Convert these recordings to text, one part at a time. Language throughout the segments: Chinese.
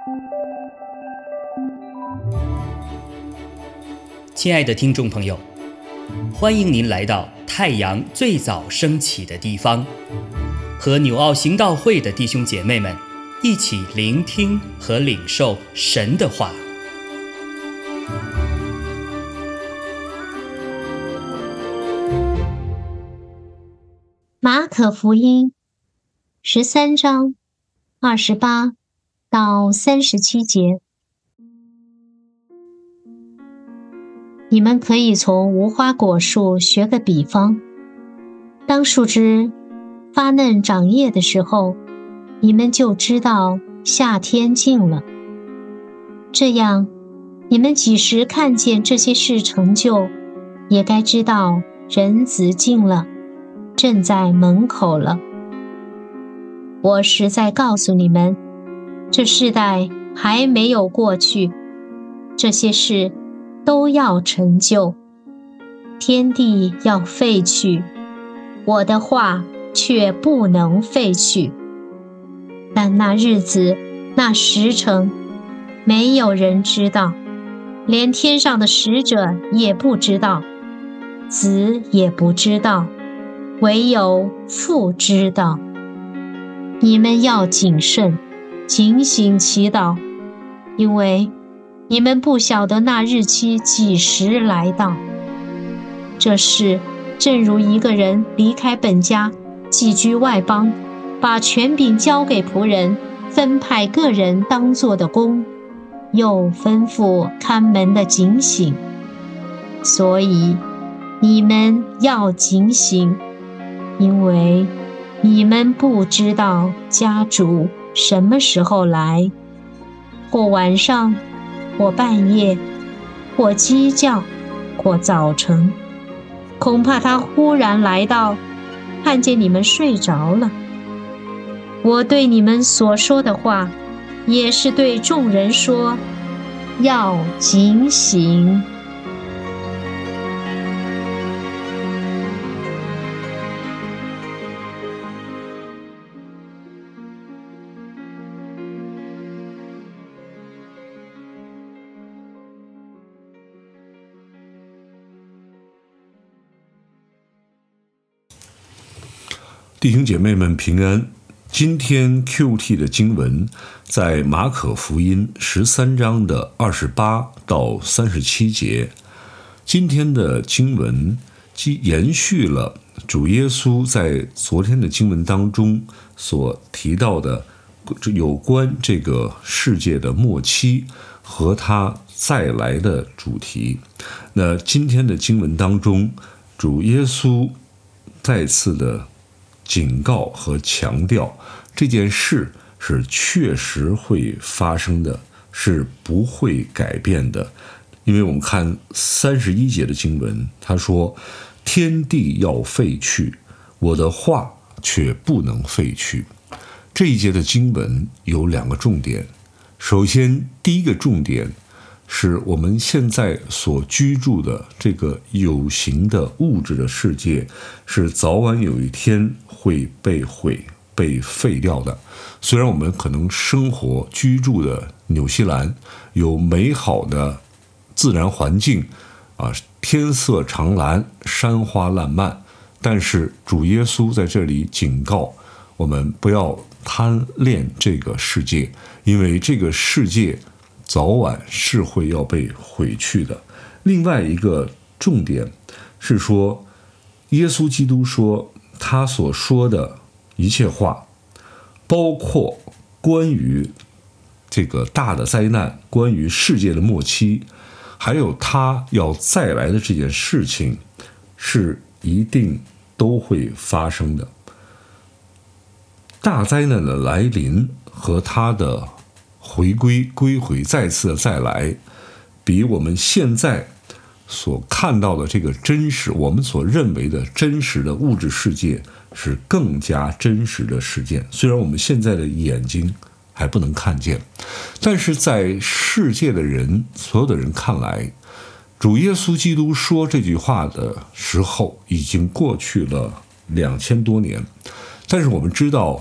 亲爱的听众朋友，欢迎您来到太阳最早升起的地方，和纽奥行道会的弟兄姐妹们一起聆听和领受神的话。 马可福音13章28到37节。你们可以从无花果树学个比方，当树枝发嫩长叶的时候，你们就知道夏天近了。这样，你们几时看见这些事成就，也该知道人子近了，正在门口了。我实在告诉你们，这世代还没有过去，这些事都要成就，天地要废去，我的话却不能废去。但那日子，那时辰，没有人知道，连天上的使者也不知道，子也不知道，唯有父知道。你们要谨慎，警醒祈祷，因为你们不晓得那日期几时来到。这事正如一个人离开本家，寄居外邦，把权柄交给仆人，分派个人当做的工，又吩咐看门的警醒。所以你们要警醒，因为你们不知道家主什么时候来，或晚上，或半夜，或鸡叫，或早晨，恐怕他忽然来到，看见你们睡着了。我对你们所说的话，也是对众人说，要警醒。 弟兄姐妹们平安。今天 QT 的经文在马可福音13章的28到37节。今天的经文既延续了主耶稣在昨天的经文当中所提到的有关这个世界的末期和他再来的主题。那今天的经文当中，主耶稣再次的警告和强调这件事是确实会发生的，是不会改变的。因为我们看31节的经文，他说天地要废去，我的话却不能废去。这一节的经文有两个重点。首先，第一个重点是我们现在所居住的这个有形的物质的世界，是早晚有一天会被毁、被废掉的。虽然我们可能生活居住的纽西兰有美好的自然环境天色常蓝，山花烂漫，但是主耶稣在这里警告我们不要贪恋这个世界，因为这个世界早晚是会要被毁去的。另外一个重点是说，耶稣基督说他所说的一切话，包括关于这个大的灾难，关于世界的末期，还有他要再来的这件事情，是一定都会发生的。大灾难的来临和他的归回再次的再来，比我们现在所看到的这个真实，我们所认为的真实的物质世界是更加真实的事件。虽然我们现在的眼睛还不能看见，但是在世界的人，所有的人看来，主耶稣基督说这句话的时候已经过去了2000多年。但是我们知道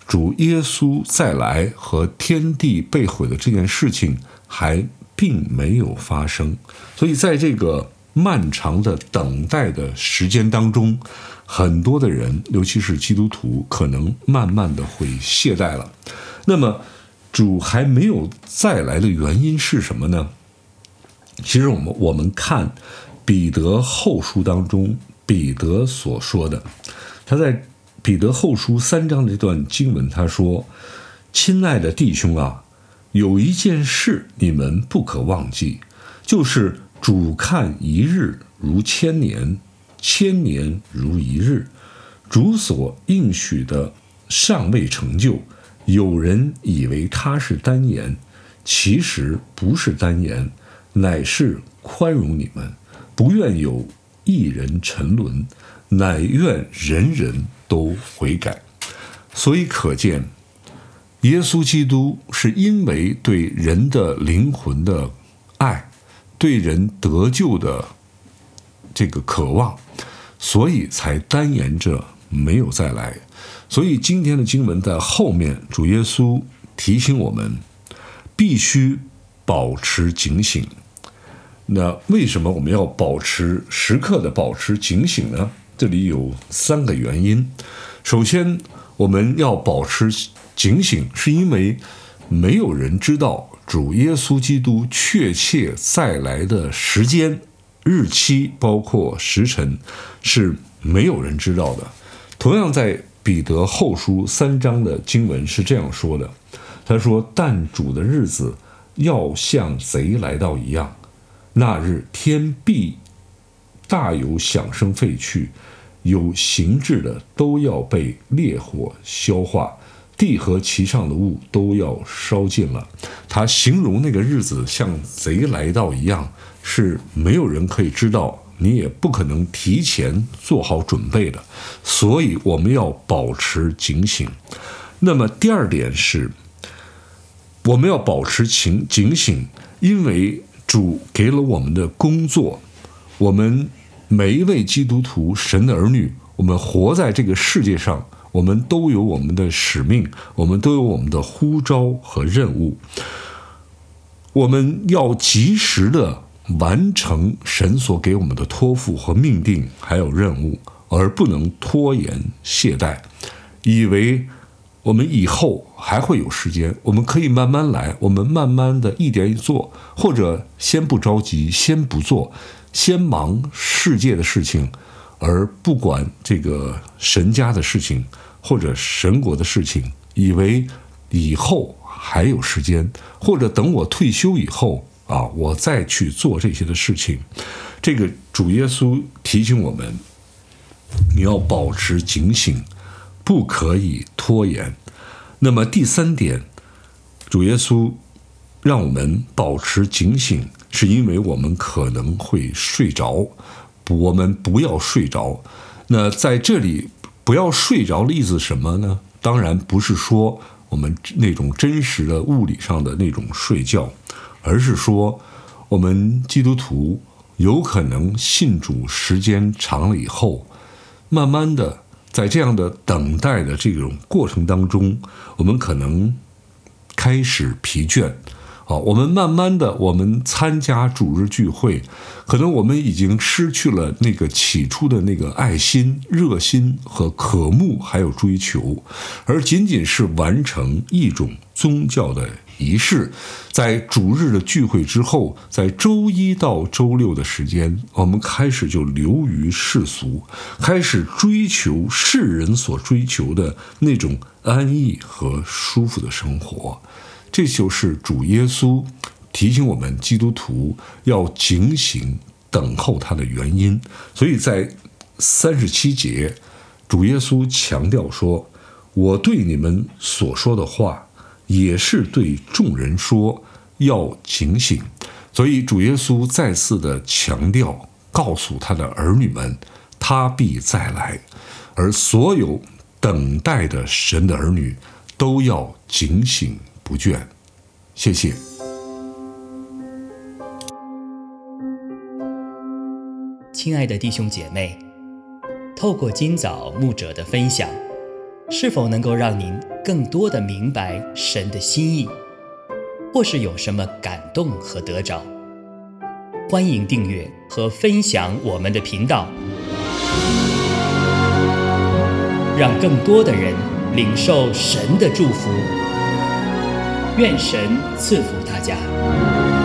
主耶稣再来和天地被毁的这件事情还并没有发生。所以在这个漫长的等待的时间当中，很多的人，尤其是基督徒，可能慢慢的会懈怠了。那么主还没有再来的原因是什么呢？其实我们看彼得后书当中，彼得所说的，他在彼得后书3章的这段经文，他说：亲爱的弟兄啊，有一件事你们不可忘记，就是主看一日如千年，千年如一日。主所应许的尚未成就，有人以为他是单言，其实不是单言，乃是宽容你们，不愿有一人沉沦，乃愿人人都悔改。所以可见，耶稣基督是因为对人的灵魂的爱，对人得救的这个渴望，所以才单言着没有再来。所以今天的经文在后面，主耶稣提醒我们必须保持警醒。那为什么我们要时刻的保持警醒呢？这里有3个原因。首先，我们要保持警醒，是因为没有人知道主耶稣基督确切再来的时间、日期，包括时辰，是没有人知道的。同样在彼得后书3章的经文是这样说的，他说：但主的日子要像贼来到一样，那日天必大有响声废去，有形质的都要被烈火消化，地和其上的物都要烧尽了。他形容那个日子像贼来到一样，是没有人可以知道，你也不可能提前做好准备的，所以我们要保持警醒。那么第二点是，我们要保持警醒，因为主给了我们的工作，我们每一位基督徒，神的儿女，我们活在这个世界上，我们都有我们的使命，我们都有我们的呼召和任务。我们要及时的完成神所给我们的托付和命定，还有任务，而不能拖延懈怠，以为我们以后还会有时间，我们可以慢慢来，我们慢慢的一点一做，或者先不着急，先不做，先忙世界的事情，而不管这个神家的事情或者神国的事情，以为以后还有时间，或者等我退休以后我再去做这些的事情。这个主耶稣提醒我们，你要保持警醒，不可以拖延。那么第3点，主耶稣让我们保持警醒，是因为我们可能会睡着，我们不要睡着。那在这里不要睡着的意思是什么呢？当然不是说我们那种真实的物理上的那种睡觉，而是说我们基督徒有可能信主时间长了以后，慢慢的在这样的等待的这种过程当中，我们可能开始疲倦。我们慢慢的，我们参加主日聚会，可能我们已经失去了那个起初的那个爱心、热心和渴慕，还有追求，而仅仅是完成一种宗教的仪式。在主日的聚会之后，在周1到周6的时间，我们开始就流于世俗，开始追求世人所追求的那种安逸和舒服的生活。这就是主耶稣提醒我们基督徒要警醒等候他的原因。所以在37节，主耶稣强调说，我对你们所说的话也是对众人说，要警醒。所以主耶稣再次的强调，告诉他的儿女们，他必再来，而所有等待的神的儿女都要警醒不倦。谢谢。 亲爱的弟兄姐妹，透过今早牧者的分享，是否能够让您更多的明白神的心意，或是有什么感动和得着，欢迎订阅和分享我们的频道，让更多的人领受神的祝福。愿神赐福大家。